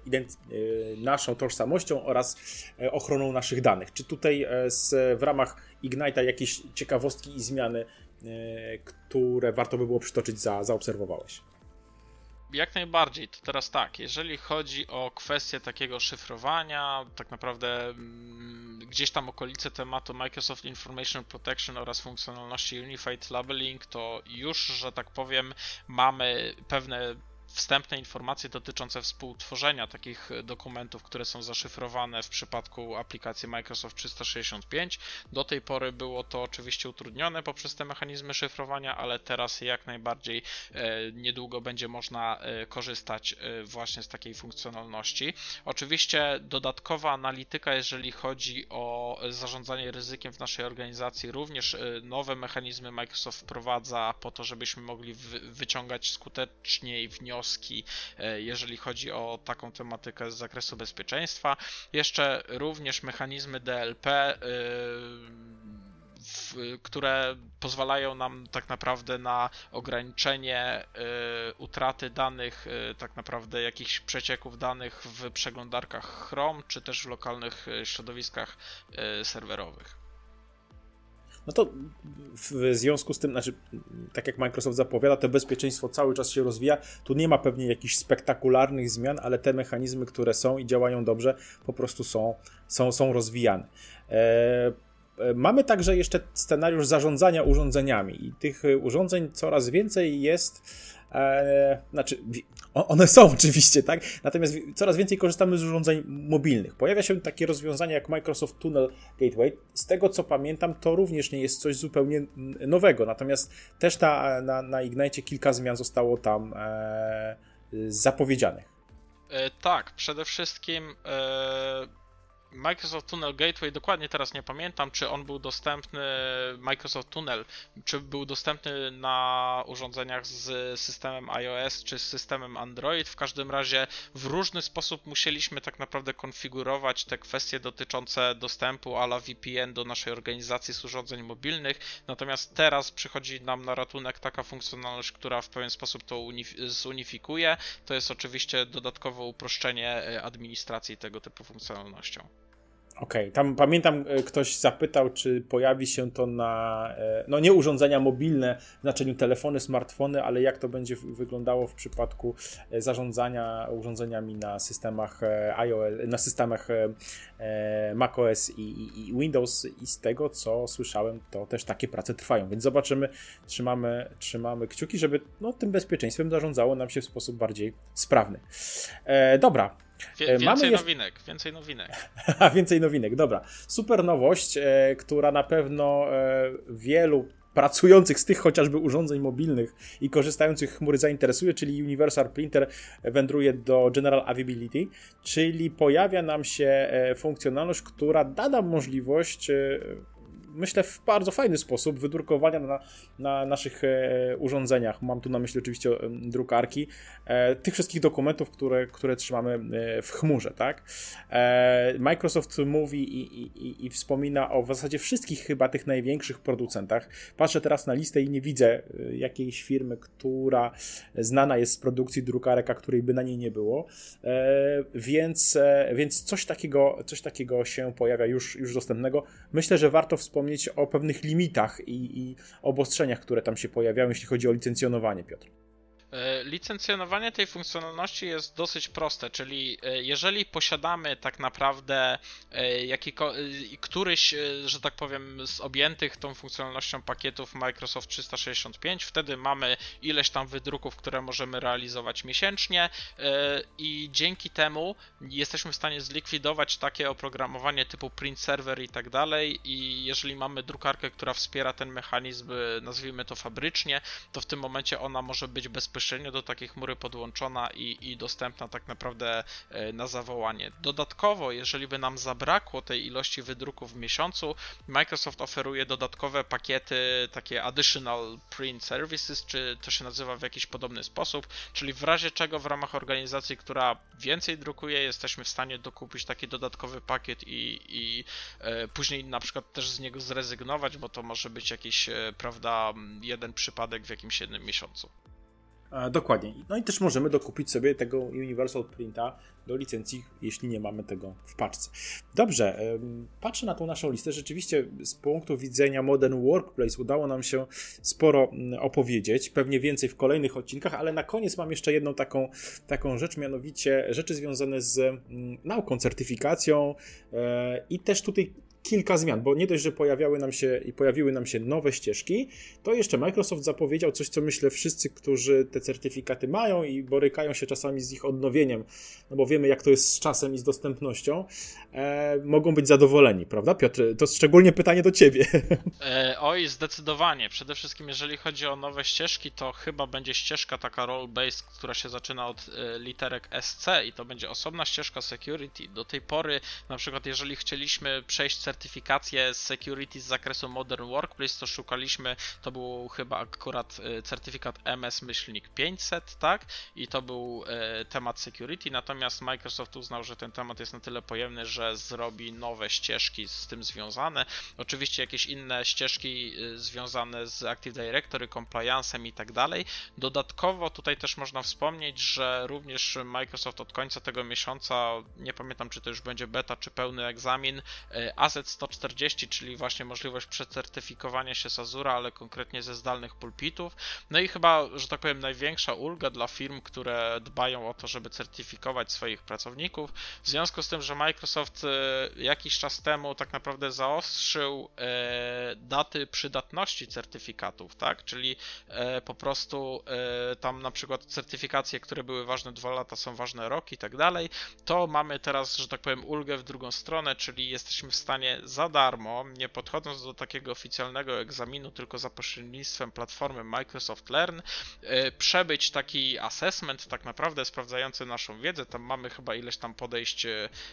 naszą tożsamością oraz ochroną naszych danych. Czy tutaj w ramach Ignite'a jakieś ciekawostki i zmiany, które warto by było przytoczyć, za, zaobserwowałeś? Jak najbardziej, to teraz tak, jeżeli chodzi o kwestię takiego szyfrowania, tak naprawdę mm, gdzieś tam okolice tematu Microsoft Information Protection oraz funkcjonalności Unified Labeling, to już, że tak powiem, mamy pewne wstępne informacje dotyczące współtworzenia takich dokumentów, które są zaszyfrowane w przypadku aplikacji Microsoft trzysta sześćdziesiąt pięć. Do tej pory było to oczywiście utrudnione poprzez te mechanizmy szyfrowania, ale teraz jak najbardziej e, niedługo będzie można e, korzystać e, właśnie z takiej funkcjonalności. Oczywiście dodatkowa analityka, jeżeli chodzi o zarządzanie ryzykiem w naszej organizacji, również e, nowe mechanizmy Microsoft wprowadza po to, żebyśmy mogli wy, wyciągać skuteczniej wnioski, jeżeli chodzi o taką tematykę z zakresu bezpieczeństwa. Jeszcze również mechanizmy D L P, które pozwalają nam tak naprawdę na ograniczenie utraty danych, tak naprawdę jakichś przecieków danych w przeglądarkach Chrome, czy też w lokalnych środowiskach serwerowych. No to w związku z tym, znaczy, tak jak Microsoft zapowiada, to bezpieczeństwo cały czas się rozwija. Tu nie ma pewnie jakichś spektakularnych zmian, ale te mechanizmy, które są i działają dobrze, po prostu są, są, są rozwijane. E, mamy także jeszcze scenariusz zarządzania urządzeniami i tych urządzeń coraz więcej jest. E, znaczy, one są oczywiście, tak? Natomiast coraz więcej korzystamy z urządzeń mobilnych. Pojawia się takie rozwiązanie jak Microsoft Tunnel Gateway. Z tego co pamiętam, to również nie jest coś zupełnie nowego. Natomiast też na, na, na Ignite kilka zmian zostało tam e, zapowiedzianych. E, tak, przede wszystkim e, Microsoft Tunnel Gateway, dokładnie teraz nie pamiętam, czy on był dostępny, Microsoft Tunnel, czy był dostępny na urządzeniach z systemem iOS, czy z systemem Android. W każdym razie w różny sposób musieliśmy tak naprawdę konfigurować te kwestie dotyczące dostępu a la V P N do naszej organizacji z urządzeń mobilnych. Natomiast teraz przychodzi nam na ratunek taka funkcjonalność, która w pewien sposób to unif- zunifikuje. To jest oczywiście dodatkowe uproszczenie administracji tego typu funkcjonalnością. Okej, okay. Tam pamiętam, ktoś zapytał, czy pojawi się to na, no nie urządzenia mobilne w znaczeniu telefony, smartfony, ale jak to będzie wyglądało w przypadku zarządzania urządzeniami na systemach iOS, na systemach macOS i, i, i Windows, i z tego, co słyszałem, to też takie prace trwają, więc zobaczymy, trzymamy, trzymamy kciuki, żeby no, tym bezpieczeństwem zarządzało nam się w sposób bardziej sprawny. E, dobra. Wie, więcej Mamy nowinek, jeszcze... więcej nowinek. więcej nowinek, dobra. Super nowość, e, która na pewno e, wielu pracujących z tych chociażby urządzeń mobilnych i korzystających z chmury zainteresuje, czyli Universal Printer wędruje do General Availability, czyli pojawia nam się e, funkcjonalność, która da nam możliwość e, myślę w bardzo fajny sposób wydrukowania na, na naszych e, urządzeniach, mam tu na myśli oczywiście e, drukarki, e, tych wszystkich dokumentów, które, które trzymamy e, w chmurze, tak? E, Microsoft mówi i, i, i wspomina o w zasadzie wszystkich chyba tych największych producentach. Patrzę teraz na listę i nie widzę e, jakiejś firmy, która znana jest z produkcji drukarek, a której by na niej nie było, e, więc, e, więc coś takiego, coś takiego się pojawia już, już dostępnego. Myślę, że warto wspomnieć o pewnych limitach i, i obostrzeniach, które tam się pojawiają, jeśli chodzi o licencjonowanie, Piotr. Licencjonowanie tej funkcjonalności jest dosyć proste, czyli jeżeli posiadamy tak naprawdę jakiko, któryś, że tak powiem, z objętych tą funkcjonalnością pakietów Microsoft trzysta sześćdziesiąt pięć, wtedy mamy ileś tam wydruków, które możemy realizować miesięcznie i dzięki temu jesteśmy w stanie zlikwidować takie oprogramowanie typu print server i tak dalej, i jeżeli mamy drukarkę, która wspiera ten mechanizm, nazwijmy to fabrycznie, to w tym momencie ona może być bezpośrednio do takiej chmury podłączona i, i dostępna tak naprawdę na zawołanie. Dodatkowo, jeżeli by nam zabrakło tej ilości wydruków w miesiącu, Microsoft oferuje dodatkowe pakiety, takie additional print services, czy to się nazywa w jakiś podobny sposób, czyli w razie czego w ramach organizacji, która więcej drukuje, jesteśmy w stanie dokupić taki dodatkowy pakiet i, i e, później na przykład też z niego zrezygnować, bo to może być jakiś, e, prawda, jeden przypadek w jakimś jednym miesiącu. Dokładnie. No i też możemy dokupić sobie tego Universal Printa do licencji, jeśli nie mamy tego w paczce. Dobrze, patrzę na tą naszą listę. Rzeczywiście z punktu widzenia Modern Workplace udało nam się sporo opowiedzieć, pewnie więcej w kolejnych odcinkach, ale na koniec mam jeszcze jedną taką, taką rzecz, mianowicie rzeczy związane z nauką, certyfikacją i też tutaj kilka zmian, bo nie dość, że pojawiały nam się i pojawiły nam się nowe ścieżki, to jeszcze Microsoft zapowiedział coś, co myślę wszyscy, którzy te certyfikaty mają i borykają się czasami z ich odnowieniem, no bo wiemy, jak to jest z czasem i z dostępnością, e, mogą być zadowoleni, prawda, Piotr? To szczególnie pytanie do ciebie. E, oj, zdecydowanie. Przede wszystkim, jeżeli chodzi o nowe ścieżki, to chyba będzie ścieżka taka role-based, która się zaczyna od e, literek S C i to będzie osobna ścieżka security. Do tej pory, na przykład, jeżeli chcieliśmy przejść certyfikację certyfikację z security z zakresu Modern Workplace, to szukaliśmy, to był chyba akurat certyfikat M S-pięćset, tak? I to był e, temat security, natomiast Microsoft uznał, że ten temat jest na tyle pojemny, że zrobi nowe ścieżki z tym związane. Oczywiście jakieś inne ścieżki związane z Active Directory, compliance'em i tak dalej. Dodatkowo tutaj też można wspomnieć, że również Microsoft od końca tego miesiąca, nie pamiętam, czy to już będzie beta, czy pełny egzamin, A Z sto czterdzieści, czyli właśnie możliwość przecertyfikowania się z Azura, ale konkretnie ze zdalnych pulpitów. No i chyba, że tak powiem, największa ulga dla firm, które dbają o to, żeby certyfikować swoich pracowników. W związku z tym, że Microsoft jakiś czas temu tak naprawdę zaostrzył daty przydatności certyfikatów, tak? Czyli po prostu tam na przykład certyfikacje, które były ważne dwa lata, są ważne rok i tak dalej, to mamy teraz, że tak powiem, ulgę w drugą stronę, czyli jesteśmy w stanie stanie za darmo, nie podchodząc do takiego oficjalnego egzaminu, tylko za pośrednictwem platformy Microsoft Learn, przebyć taki assessment, tak naprawdę sprawdzający naszą wiedzę. Tam mamy chyba ileś tam podejść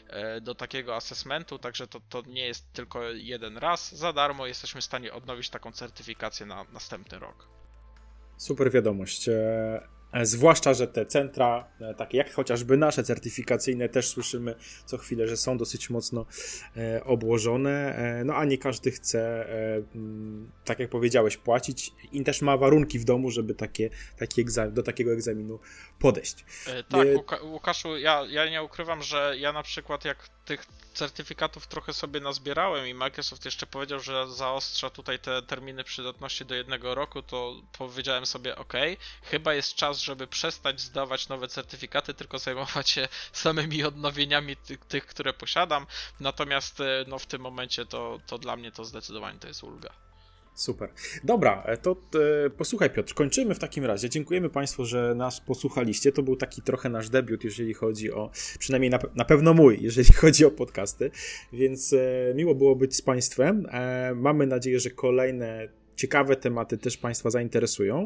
do takiego assessmentu, także to, to nie jest tylko jeden raz. Za darmo jesteśmy w stanie odnowić taką certyfikację na następny rok. Super wiadomość. Zwłaszcza, że te centra, takie jak chociażby nasze certyfikacyjne, też słyszymy co chwilę, że są dosyć mocno e, obłożone, e, no a nie każdy chce, e, m, tak jak powiedziałeś, płacić i też ma warunki w domu, żeby takie, taki egzamin, do takiego egzaminu podejść. E, tak, Łuka- Łukaszu, ja, ja nie ukrywam, że ja na przykład jak tych certyfikatów trochę sobie nazbierałem i Microsoft jeszcze powiedział, że zaostrza tutaj te terminy przydatności do jednego roku, to powiedziałem sobie, ok, chyba jest czas, żeby przestać zdawać nowe certyfikaty, tylko zajmować się samymi odnowieniami tych, tych które posiadam, natomiast no, w tym momencie to, to dla mnie to zdecydowanie to jest ulga. Super. Dobra, to e, posłuchaj Piotr, kończymy w takim razie. Dziękujemy Państwu, że nas posłuchaliście. To był taki trochę nasz debiut, jeżeli chodzi o, przynajmniej na, na pewno mój, jeżeli chodzi o podcasty, więc e, miło było być z Państwem. E, mamy nadzieję, że kolejne ciekawe tematy też Państwa zainteresują.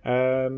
E,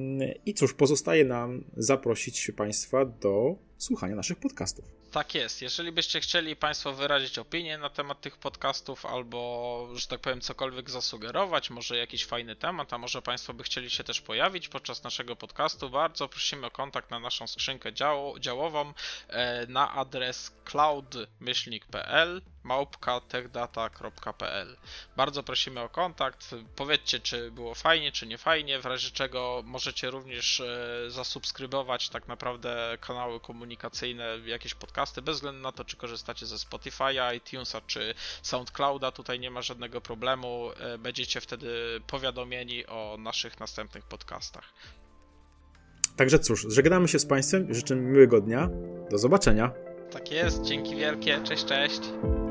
I cóż, pozostaje nam zaprosić Państwa do słuchania naszych podcastów. Tak jest. Jeżeli byście chcieli Państwo wyrazić opinię na temat tych podcastów albo, że tak powiem, cokolwiek zasugerować, może jakiś fajny temat, a może Państwo by chcieli się też pojawić podczas naszego podcastu, bardzo prosimy o kontakt na naszą skrzynkę dział- działową e, na adres cloud myślnik kropka p l małpka techdata kropka p l. Bardzo prosimy o kontakt, powiedzcie, czy było fajnie, czy nie fajnie, w razie czego możecie również e, zasubskrybować tak naprawdę kanały komunikacyjne, jakieś podcasty, bez względu na to, czy korzystacie ze Spotify'a, iTunesa, czy SoundClouda, tutaj nie ma żadnego problemu, e, będziecie wtedy powiadomieni o naszych następnych podcastach. Także cóż, żegnamy się z Państwem, życzę miłego dnia, do zobaczenia. Tak jest, dzięki wielkie, cześć, cześć.